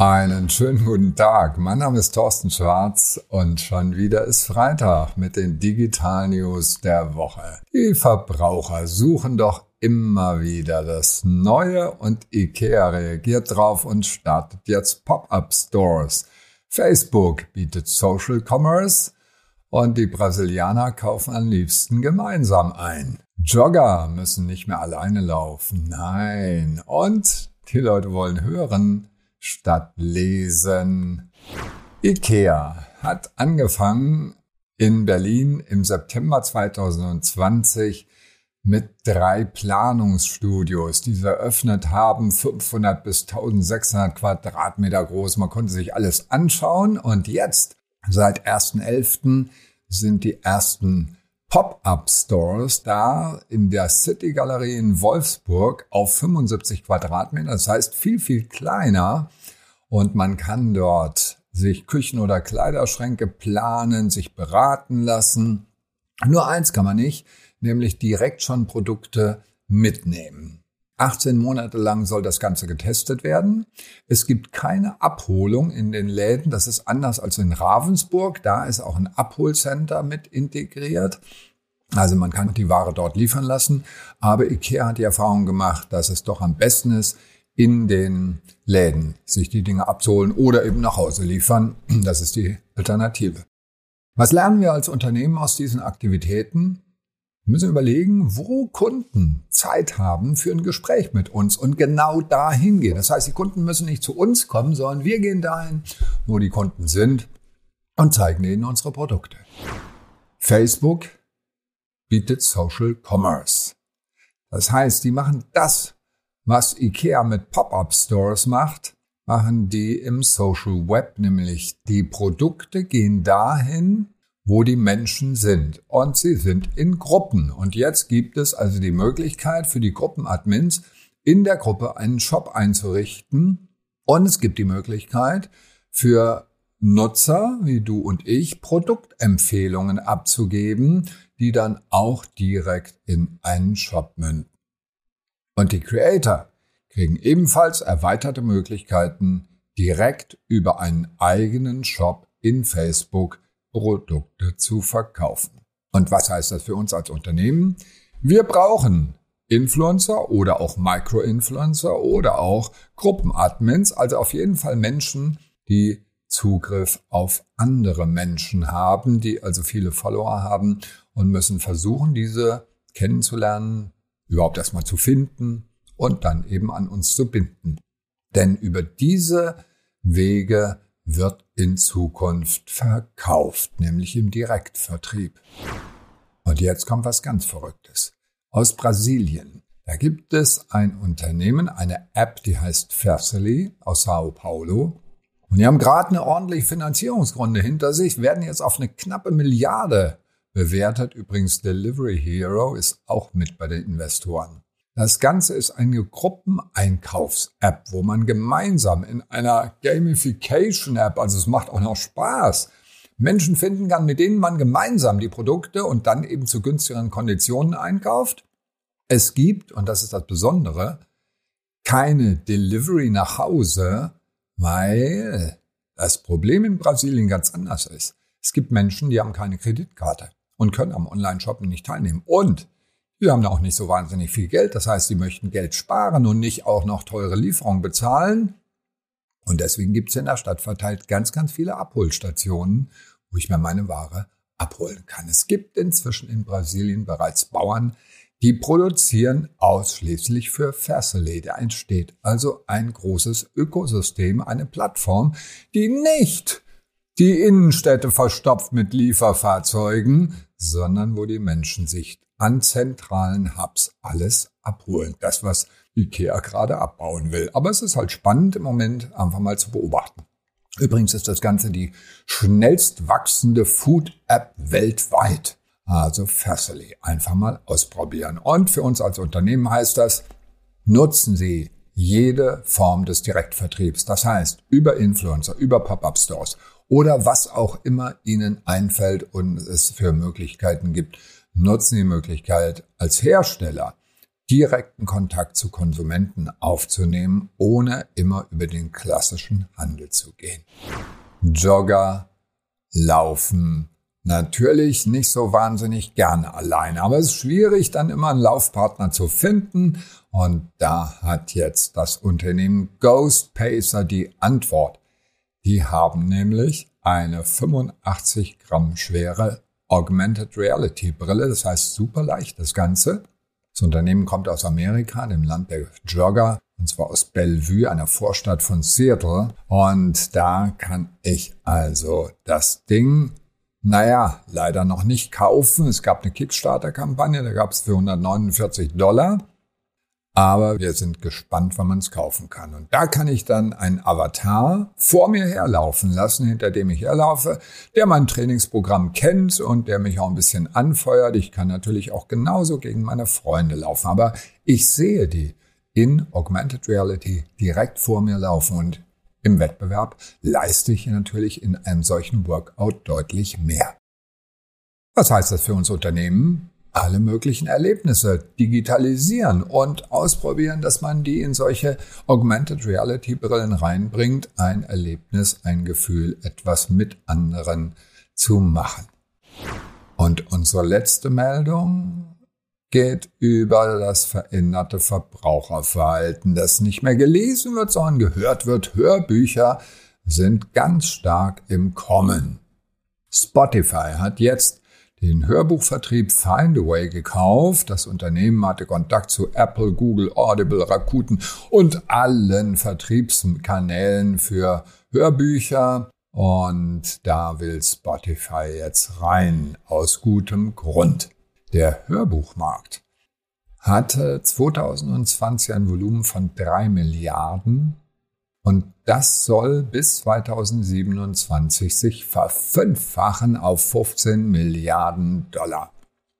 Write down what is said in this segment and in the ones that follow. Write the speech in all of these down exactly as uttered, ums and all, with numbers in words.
Einen schönen guten Tag. Mein Name ist Thorsten Schwarz und schon wieder ist Freitag mit den Digital News der Woche. Die Verbraucher suchen doch immer wieder das Neue und IKEA reagiert drauf und startet jetzt Pop-up-Stores. Facebook bietet Social Commerce und die Brasilianer kaufen am liebsten gemeinsam ein. Jogger müssen nicht mehr alleine laufen, nein. Und die Leute wollen hören statt lesen. IKEA hat angefangen in Berlin im September zweitausendzwanzig mit drei Planungsstudios, die sie eröffnet haben, fünfhundert bis eintausendsechshundert Quadratmeter groß. Man konnte sich alles anschauen und jetzt, seit ersten elften sind die ersten Pop-up-Stores da in der City Galerie in Wolfsburg auf fünfundsiebzig Quadratmeter. Das heißt viel, viel kleiner. Und man kann dort sich Küchen- oder Kleiderschränke planen, sich beraten lassen. Nur eins kann man nicht, nämlich direkt schon Produkte mitnehmen. achtzehn Monate lang soll das Ganze getestet werden. Es gibt keine Abholung in den Läden. Das ist anders als in Ravensburg. Da ist auch ein Abholcenter mit integriert. Also man kann die Ware dort liefern lassen. Aber IKEA hat die Erfahrung gemacht, dass es doch am besten ist, in den Läden sich die Dinge abzuholen oder eben nach Hause liefern. Das ist die Alternative. Was lernen wir als Unternehmen aus diesen Aktivitäten? Wir müssen überlegen, wo Kunden Zeit haben für ein Gespräch mit uns und genau dahin gehen. Das heißt, die Kunden müssen nicht zu uns kommen, sondern wir gehen dahin, wo die Kunden sind und zeigen ihnen unsere Produkte. Facebook bietet Social Commerce. Das heißt, die machen das, was IKEA mit Pop-up-Stores macht, machen die im Social Web, nämlich die Produkte gehen dahin, wo die Menschen sind. Und sie sind in Gruppen. Und jetzt gibt es also die Möglichkeit für die Gruppenadmins, in der Gruppe einen Shop einzurichten. Und es gibt die Möglichkeit für Nutzer wie du und ich, Produktempfehlungen abzugeben, die dann auch direkt in einen Shop münden. Und die Creator kriegen ebenfalls erweiterte Möglichkeiten, direkt über einen eigenen Shop in Facebook Produkte zu verkaufen. Und was heißt das für uns als Unternehmen? Wir brauchen Influencer oder auch Micro-Influencer oder auch Gruppenadmins, also auf jeden Fall Menschen, die Zugriff auf andere Menschen haben, die also viele Follower haben und müssen versuchen, diese kennenzulernen, überhaupt erstmal zu finden und dann eben an uns zu binden. Denn über diese Wege wird in Zukunft verkauft, nämlich im Direktvertrieb. Und jetzt kommt was ganz Verrücktes. Aus Brasilien. Da gibt es ein Unternehmen, eine App, die heißt Fairly aus Sao Paulo. Und die haben gerade eine ordentliche Finanzierungsrunde hinter sich, werden jetzt auf eine knappe Milliarde bewertet. Übrigens Delivery Hero ist auch mit bei den Investoren. Das Ganze ist eine Gruppeneinkaufs-App, wo man gemeinsam in einer Gamification-App, also es macht auch noch Spaß, Menschen finden kann, mit denen man gemeinsam die Produkte und dann eben zu günstigeren Konditionen einkauft. Es gibt, und das ist das Besondere, keine Delivery nach Hause, weil das Problem in Brasilien ganz anders ist. Es gibt Menschen, die haben keine Kreditkarte und können am Online-Shopping nicht teilnehmen. Und die haben auch nicht so wahnsinnig viel Geld. Das heißt, sie möchten Geld sparen und nicht auch noch teure Lieferungen bezahlen. Und deswegen gibt es in der Stadt verteilt ganz, ganz viele Abholstationen, wo ich mir meine Ware abholen kann. Es gibt inzwischen in Brasilien bereits Bauern, die produzieren ausschließlich für Fairly. Da entsteht also ein großes Ökosystem, eine Plattform, die nicht die Innenstädte verstopft mit Lieferfahrzeugen, sondern wo die Menschen sich an zentralen Hubs alles abholen. Das, was IKEA gerade abbauen will. Aber es ist halt spannend im Moment einfach mal zu beobachten. Übrigens ist das Ganze die schnellst wachsende Food-App weltweit. Also Fairly. Einfach mal ausprobieren. Und für uns als Unternehmen heißt das, nutzen Sie jede Form des Direktvertriebs. Das heißt, über Influencer, über Pop-up-Stores oder was auch immer Ihnen einfällt und es für Möglichkeiten gibt. Nutzen die Möglichkeit als Hersteller direkten Kontakt zu Konsumenten aufzunehmen, ohne immer über den klassischen Handel zu gehen. Jogger laufen natürlich nicht so wahnsinnig gerne alleine, aber es ist schwierig, dann immer einen Laufpartner zu finden. Und da hat jetzt das Unternehmen Ghostpacer die Antwort. Die haben nämlich eine fünfundachtzig Gramm schwere Augmented Reality Brille, das heißt super leicht das Ganze. Das Unternehmen kommt aus Amerika, dem Land der Jogger, und zwar aus Bellevue, einer Vorstadt von Seattle. Und da kann ich also das Ding, naja, leider noch nicht kaufen. Es gab eine Kickstarter-Kampagne, da gab es für hundertneunundvierzig Dollar. Aber wir sind gespannt, wann man es kaufen kann. Und da kann ich dann einen Avatar vor mir herlaufen lassen, hinter dem ich herlaufe, der mein Trainingsprogramm kennt und der mich auch ein bisschen anfeuert. Ich kann natürlich auch genauso gegen meine Freunde laufen. Aber ich sehe die in Augmented Reality direkt vor mir laufen. Und im Wettbewerb leiste ich natürlich in einem solchen Workout deutlich mehr. Was heißt das für uns Unternehmen? Alle möglichen Erlebnisse digitalisieren und ausprobieren, dass man die in solche Augmented Reality Brillen reinbringt, ein Erlebnis, ein Gefühl, etwas mit anderen zu machen. Und unsere letzte Meldung geht über das veränderte Verbraucherverhalten, das nicht mehr gelesen wird, sondern gehört wird. Hörbücher sind ganz stark im Kommen. Spotify hat jetzt den Hörbuchvertrieb Findaway gekauft. Das Unternehmen hatte Kontakt zu Apple, Google, Audible, Rakuten und allen Vertriebskanälen für Hörbücher. Und da will Spotify jetzt rein, aus gutem Grund. Der Hörbuchmarkt hatte zweitausendzwanzig ein Volumen von drei Milliarden. Und das soll bis zweitausendsiebenundzwanzig sich verfünffachen auf fünfzehn Milliarden Dollar.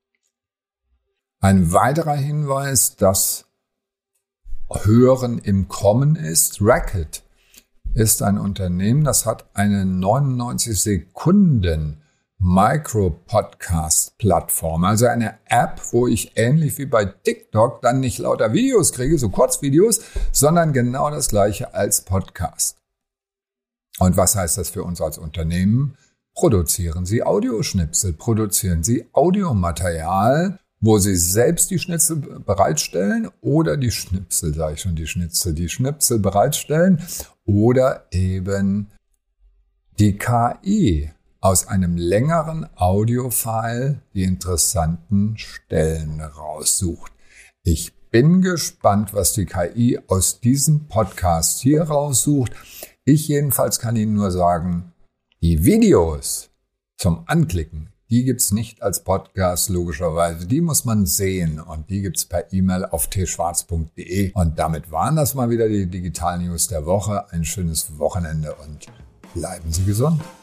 Ein weiterer Hinweis, dass Hören im Kommen ist. Racket ist ein Unternehmen, das hat eine neunundneunzig Sekunden Micro-Podcast-Plattform, also eine App, wo ich ähnlich wie bei TikTok dann nicht lauter Videos kriege, so Kurzvideos, sondern genau das gleiche als Podcast. Und was heißt das für uns als Unternehmen? Produzieren Sie Audioschnipsel, produzieren Sie Audiomaterial, wo Sie selbst die Schnipsel bereitstellen oder die Schnipsel, sage ich schon, die Schnipsel, die Schnipsel bereitstellen oder eben die K I aus einem längeren Audiofile die interessanten Stellen raussucht. Ich bin gespannt, was die K I aus diesem Podcast hier raussucht. Ich jedenfalls kann Ihnen nur sagen, die Videos zum Anklicken, die gibt's nicht als Podcast logischerweise. Die muss man sehen und die gibt's per E-Mail auf t schwarz punkt de. Und damit waren das mal wieder die Digital News der Woche. Ein schönes Wochenende und bleiben Sie gesund.